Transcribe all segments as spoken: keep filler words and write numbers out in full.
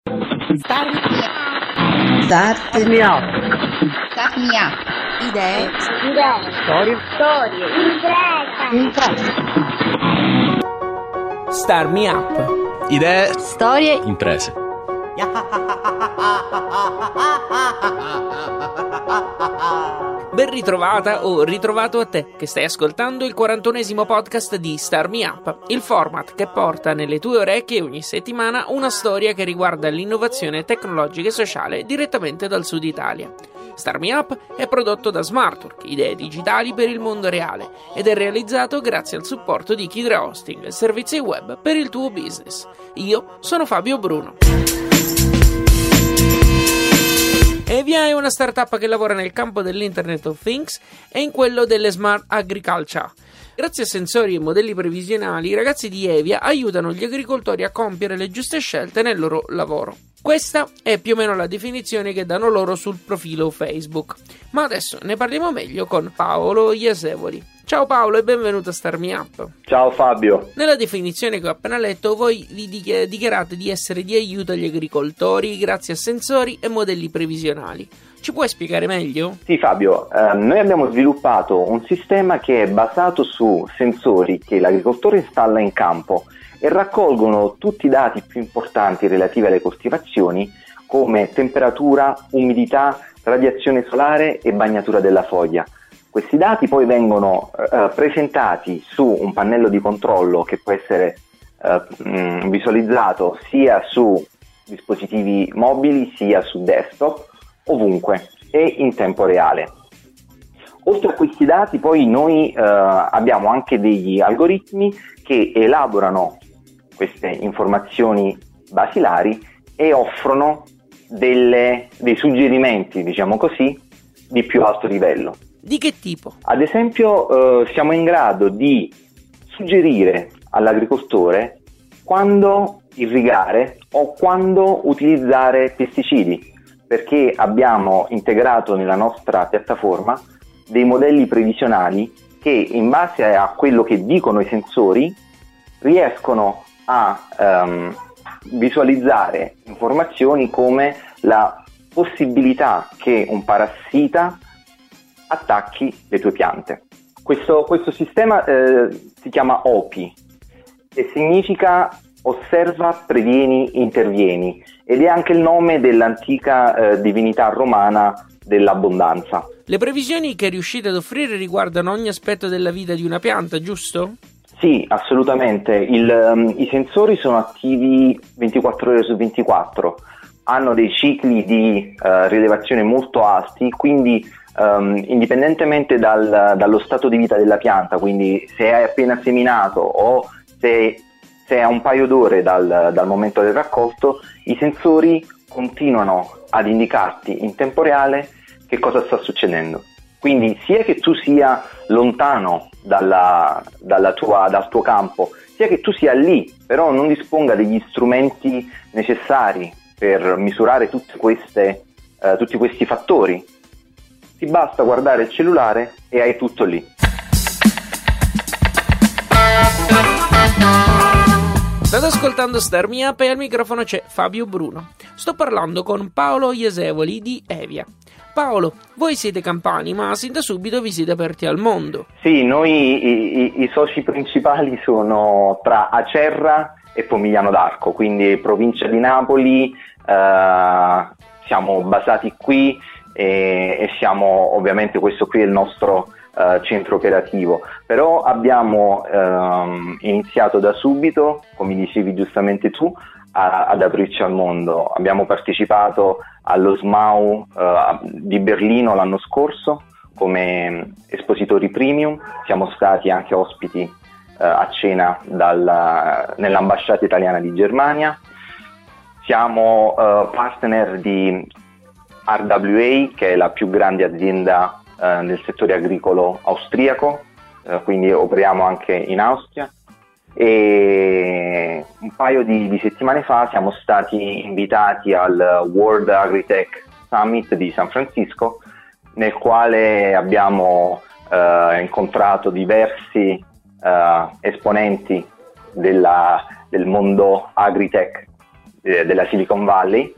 Start Start me up. Start me up. Idee. Idee. Storie. Storie. Impresa. Impresa. Start me up. Idee. Storie. Imprese. Ben ritrovata o ritrovato a te che stai ascoltando il quarantunesimo podcast di Start Me Up, il format che porta nelle tue orecchie ogni settimana una storia che riguarda l'innovazione tecnologica e sociale direttamente dal sud Italia. Start Me Up è prodotto da Smartwork, idee digitali per il mondo reale, ed è realizzato grazie al supporto di Kidra Hosting, servizi web per il tuo business. Io sono Fabio Bruno. Evia è una startup che lavora nel campo dell'Internet of Things e in quello delle Smart Agriculture. Grazie a sensori e modelli previsionali, i ragazzi di Evia aiutano gli agricoltori a compiere le giuste scelte nel loro lavoro. Questa è più o meno la definizione che danno loro sul profilo Facebook. Ma adesso ne parliamo meglio con Paolo Iasevoli. Ciao Paolo e benvenuto a Start Me Up. Ciao Fabio. Nella definizione che ho appena letto, voi vi dichiarate di essere di aiuto agli agricoltori grazie a sensori e modelli previsionali. Ci puoi spiegare meglio? Sì Fabio, eh, noi abbiamo sviluppato un sistema che è basato su sensori che l'agricoltore installa in campo e raccolgono tutti i dati più importanti relativi alle coltivazioni come temperatura, umidità, radiazione solare e bagnatura della foglia. Questi dati poi vengono eh, presentati su un pannello di controllo che può essere eh, mh, visualizzato sia su dispositivi mobili sia su desktop, ovunque e in tempo reale. Oltre a questi dati poi noi eh, abbiamo anche degli algoritmi che elaborano queste informazioni basilari e offrono delle, dei suggerimenti, diciamo così, di più alto livello. Di che tipo? Ad esempio eh, siamo in grado di suggerire all'agricoltore quando irrigare o quando utilizzare pesticidi, perché abbiamo integrato nella nostra piattaforma dei modelli previsionali che in base a quello che dicono i sensori riescono a um, visualizzare informazioni come la possibilità che un parassita attacchi le tue piante. Questo, questo sistema eh, si chiama O P I e significa osserva, previeni, intervieni, ed è anche il nome dell'antica eh, divinità romana dell'abbondanza. Le previsioni che riuscite ad offrire riguardano ogni aspetto della vita di una pianta, giusto? Sì, assolutamente. Il, um, i sensori sono attivi ventiquattro ore su ventiquattro, hanno dei cicli di uh, rilevazione molto alti, quindi Um, indipendentemente dal, dallo stato di vita della pianta, quindi se è appena seminato o se, se è a un paio d'ore dal, dal momento del raccolto, i sensori continuano ad indicarti in tempo reale che cosa sta succedendo. Quindi sia che tu sia lontano dalla, dalla tua, dal tuo campo, sia che tu sia lì, però non disponga degli strumenti necessari per misurare tutte queste, uh, tutti questi fattori, ti basta guardare il cellulare e hai tutto lì. State ascoltando Start Me Up e al microfono c'è Fabio Bruno. Sto parlando con Paolo Iasevoli di Evia. Paolo, voi siete campani, ma sin da subito vi siete aperti al mondo. Sì, noi i, i, i soci principali sono tra Acerra e Pomigliano d'Arco, quindi provincia di Napoli, eh, siamo basati qui. E, e siamo ovviamente, questo qui è il nostro uh, centro operativo, però abbiamo um, iniziato da subito, come dicevi giustamente tu, a, ad aprirci al mondo. Abbiamo partecipato allo S M A U uh, di Berlino l'anno scorso come espositori premium, siamo stati anche ospiti uh, a cena dal, nell'ambasciata italiana di Germania, siamo uh, partner di R W A, che è la più grande azienda eh, nel settore agricolo austriaco, eh, quindi operiamo anche in Austria, e un paio di, di settimane fa siamo stati invitati al World Agritech Summit di San Francisco, nel quale abbiamo eh, incontrato diversi eh, esponenti della, del mondo agritech eh, della Silicon Valley,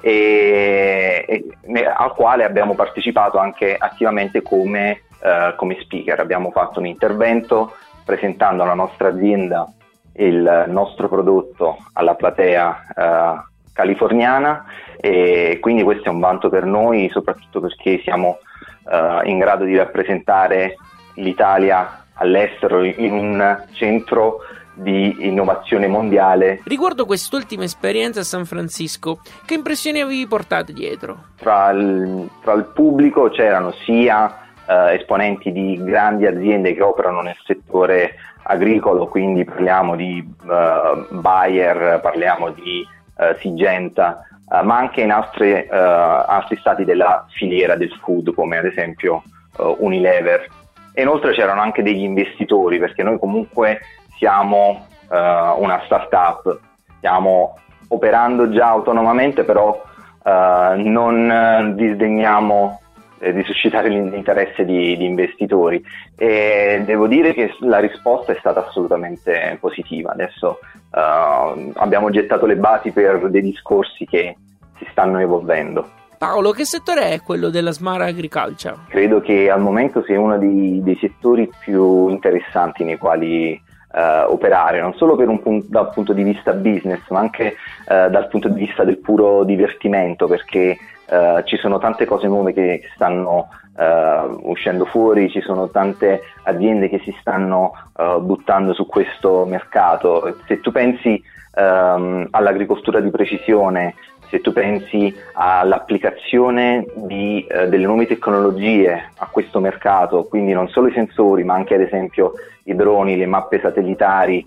e, e, al quale abbiamo partecipato anche attivamente come, eh, come speaker. Abbiamo fatto un intervento presentando la nostra azienda, il nostro prodotto alla platea eh, californiana, e quindi questo è un vanto per noi, soprattutto perché siamo eh, in grado di rappresentare l'Italia all'estero in un centro di innovazione mondiale. Riguardo quest'ultima esperienza a San Francisco, che impressioni avevi portate dietro? Tra il, tra il pubblico c'erano sia eh, esponenti di grandi aziende che operano nel settore agricolo, quindi parliamo di eh, Bayer, parliamo di eh, Syngenta, eh, ma anche in altre, eh, altri stati della filiera del food, come ad esempio eh, Unilever. E inoltre c'erano anche degli investitori, perché noi comunque siamo uh, una startup, stiamo operando già autonomamente, però uh, non uh, disdegniamo eh, di suscitare l'interesse di, di investitori, e devo dire che la risposta è stata assolutamente positiva. Adesso uh, abbiamo gettato le basi per dei discorsi che si stanno evolvendo. Paolo, che settore è quello della Smart Agriculture? Credo che al momento sia uno dei, dei settori più interessanti nei quali Uh, operare, non solo per un punto, dal punto di vista business, ma anche uh, dal punto di vista del puro divertimento, perché uh, ci sono tante cose nuove che stanno uh, uscendo fuori, ci sono tante aziende che si stanno uh, buttando su questo mercato. Se tu pensi um, all'agricoltura di precisione, se tu pensi all'applicazione di, uh, delle nuove tecnologie a questo mercato, quindi non solo i sensori, ma anche ad esempio i droni, le mappe satellitari,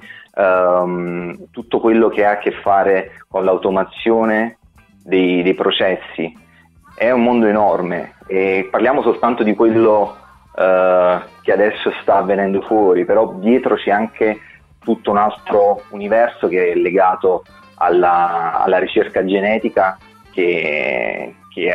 um, tutto quello che ha a che fare con l'automazione dei, dei processi, è un mondo enorme, e parliamo soltanto di quello uh, che adesso sta avvenendo fuori, però dietro c'è anche tutto un altro universo che è legato alla, alla ricerca genetica, che, che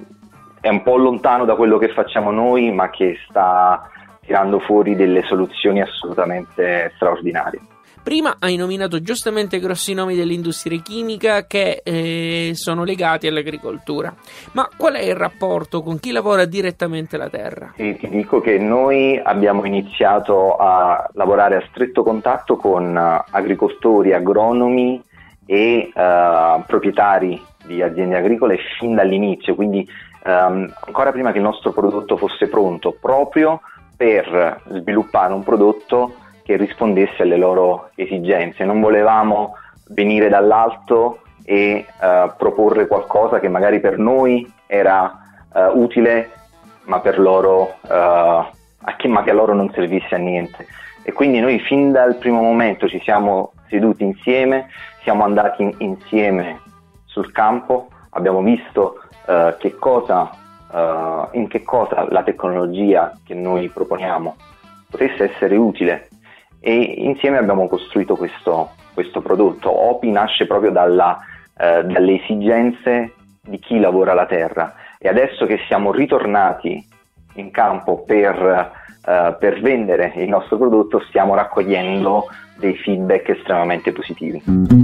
è un po' lontano da quello che facciamo noi, ma che sta tirando fuori delle soluzioni assolutamente straordinarie. Prima hai nominato giustamente grossi nomi dell'industria chimica che eh, sono legati all'agricoltura, ma qual è il rapporto con chi lavora direttamente la terra? Sì, ti dico che noi abbiamo iniziato a lavorare a stretto contatto con agricoltori, agronomi e uh, proprietari di aziende agricole fin dall'inizio, quindi um, ancora prima che il nostro prodotto fosse pronto, proprio per sviluppare un prodotto che rispondesse alle loro esigenze. Non volevamo venire dall'alto e uh, proporre qualcosa che magari per noi era uh, utile, ma per loro uh, a che, ma che a loro non servisse a niente. E quindi noi fin dal primo momento ci siamo seduti insieme, siamo andati in, insieme sul campo, abbiamo visto uh, che cosa Uh, in che cosa la tecnologia che noi proponiamo potesse essere utile, e insieme abbiamo costruito questo, questo prodotto. Opi nasce proprio dalla, uh, dalle esigenze di chi lavora la terra, e adesso che siamo ritornati in campo per, uh, per vendere il nostro prodotto, stiamo raccogliendo dei feedback estremamente positivi.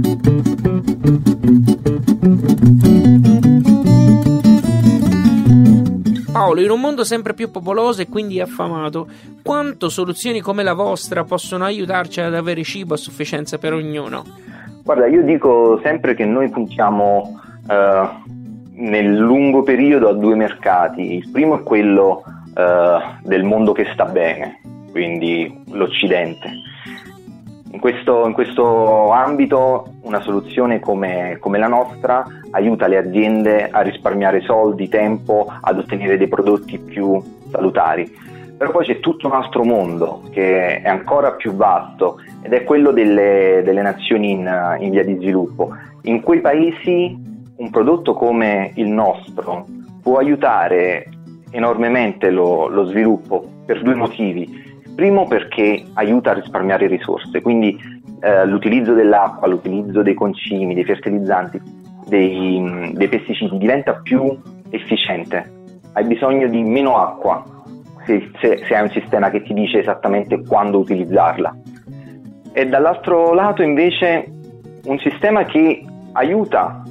Paolo, in un mondo sempre più popoloso e quindi affamato, quanto soluzioni come la vostra possono aiutarci ad avere cibo a sufficienza per ognuno? Guarda, io dico sempre che noi puntiamo eh, nel lungo periodo a due mercati. Il primo è quello eh, del mondo che sta bene, quindi l'Occidente. In questo, in questo ambito una soluzione come, come la nostra aiuta le aziende a risparmiare soldi, tempo, ad ottenere dei prodotti più salutari. Però poi c'è tutto un altro mondo che è ancora più vasto, ed è quello delle, delle nazioni in, in via di sviluppo. In quei paesi un prodotto come il nostro può aiutare enormemente lo, lo sviluppo per due motivi. Primo, perché aiuta a risparmiare risorse, quindi eh, l'utilizzo dell'acqua, l'utilizzo dei concimi, dei fertilizzanti, dei, dei pesticidi diventa più efficiente. Hai bisogno di meno acqua se, se, se hai un sistema che ti dice esattamente quando utilizzarla. E dall'altro lato invece un sistema che aiuta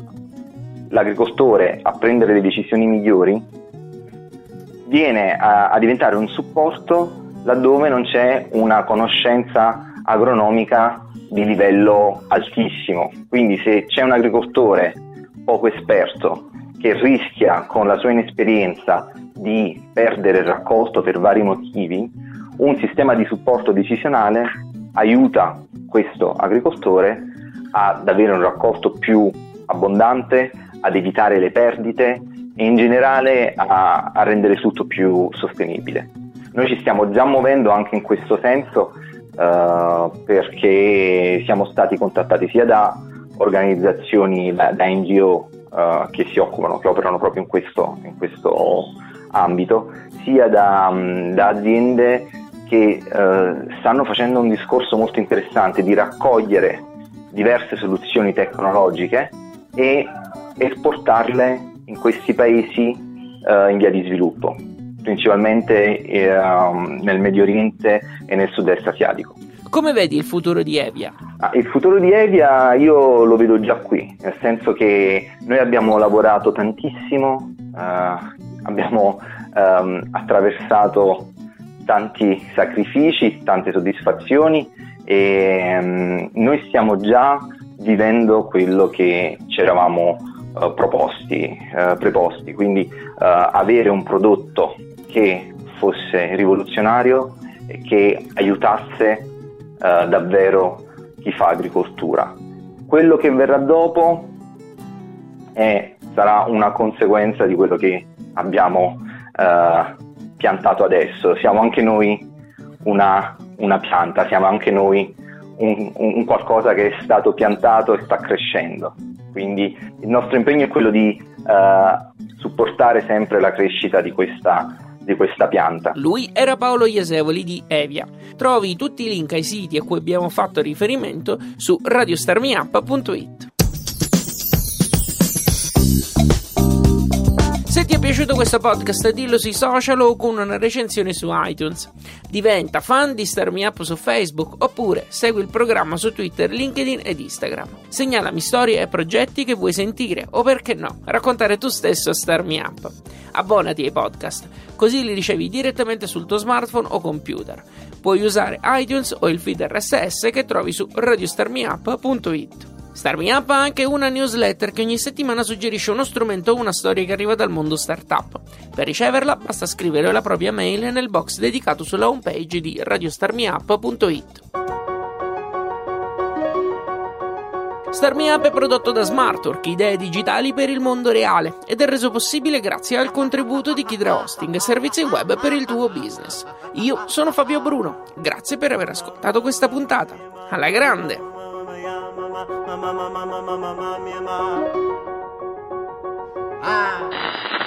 l'agricoltore a prendere le decisioni migliori viene a, a diventare un supporto laddove non c'è una conoscenza agronomica di livello altissimo. Quindi se c'è un agricoltore poco esperto che rischia con la sua inesperienza di perdere il raccolto per vari motivi, un sistema di supporto decisionale aiuta questo agricoltore ad avere un raccolto più abbondante, ad evitare le perdite e in generale a, a rendere tutto più sostenibile. Noi ci stiamo già muovendo anche in questo senso uh, perché siamo stati contattati sia da organizzazioni, da, da N G O uh, che si occupano, che operano proprio in questo, in questo ambito, sia da, um, da aziende che uh, stanno facendo un discorso molto interessante di raccogliere diverse soluzioni tecnologiche e esportarle in questi paesi uh, in via di sviluppo, principalmente eh, nel Medio Oriente e nel sud-est asiatico. Come vedi il futuro di Evia? Ah, il futuro di Evia io lo vedo già qui, nel senso che noi abbiamo lavorato tantissimo, eh, abbiamo ehm, attraversato tanti sacrifici, tante soddisfazioni e ehm, noi stiamo già vivendo quello che ci eravamo eh, proposti, eh, preposti, quindi eh, avere un prodotto che fosse rivoluzionario e che aiutasse uh, davvero chi fa agricoltura. Quello che verrà dopo è, sarà una conseguenza di quello che abbiamo uh, piantato adesso. Siamo anche noi una, una pianta, siamo anche noi un, un qualcosa che è stato piantato e sta crescendo. Quindi il nostro impegno è quello di uh, supportare sempre la crescita di questa di questa pianta. Lui era Paolo Iasevoli di Evia. Trovi tutti i link ai siti a cui abbiamo fatto riferimento su radio star me up punto it. Se ti è piaciuto questo podcast, dillo sui social o con una recensione su iTunes. Diventa fan di Star Me Up su Facebook oppure segui il programma su Twitter, LinkedIn ed Instagram. Segnalami storie e progetti che vuoi sentire o, perché no, raccontare tu stesso a Star Me Up. Abbonati ai podcast, così li ricevi direttamente sul tuo smartphone o computer. Puoi usare iTunes o il feed R S S che trovi su radio star me up punto it. Star Me Up ha anche una newsletter che ogni settimana suggerisce uno strumento o una storia che arriva dal mondo startup. Per riceverla basta scrivere la propria mail nel box dedicato sulla homepage di radio star me up punto it. Star Me Up è prodotto da Smartwork, idee digitali per il mondo reale, ed è reso possibile grazie al contributo di Kidra Hosting, servizi web per il tuo business. Io sono Fabio Bruno, grazie per aver ascoltato questa puntata. Alla grande! Ah.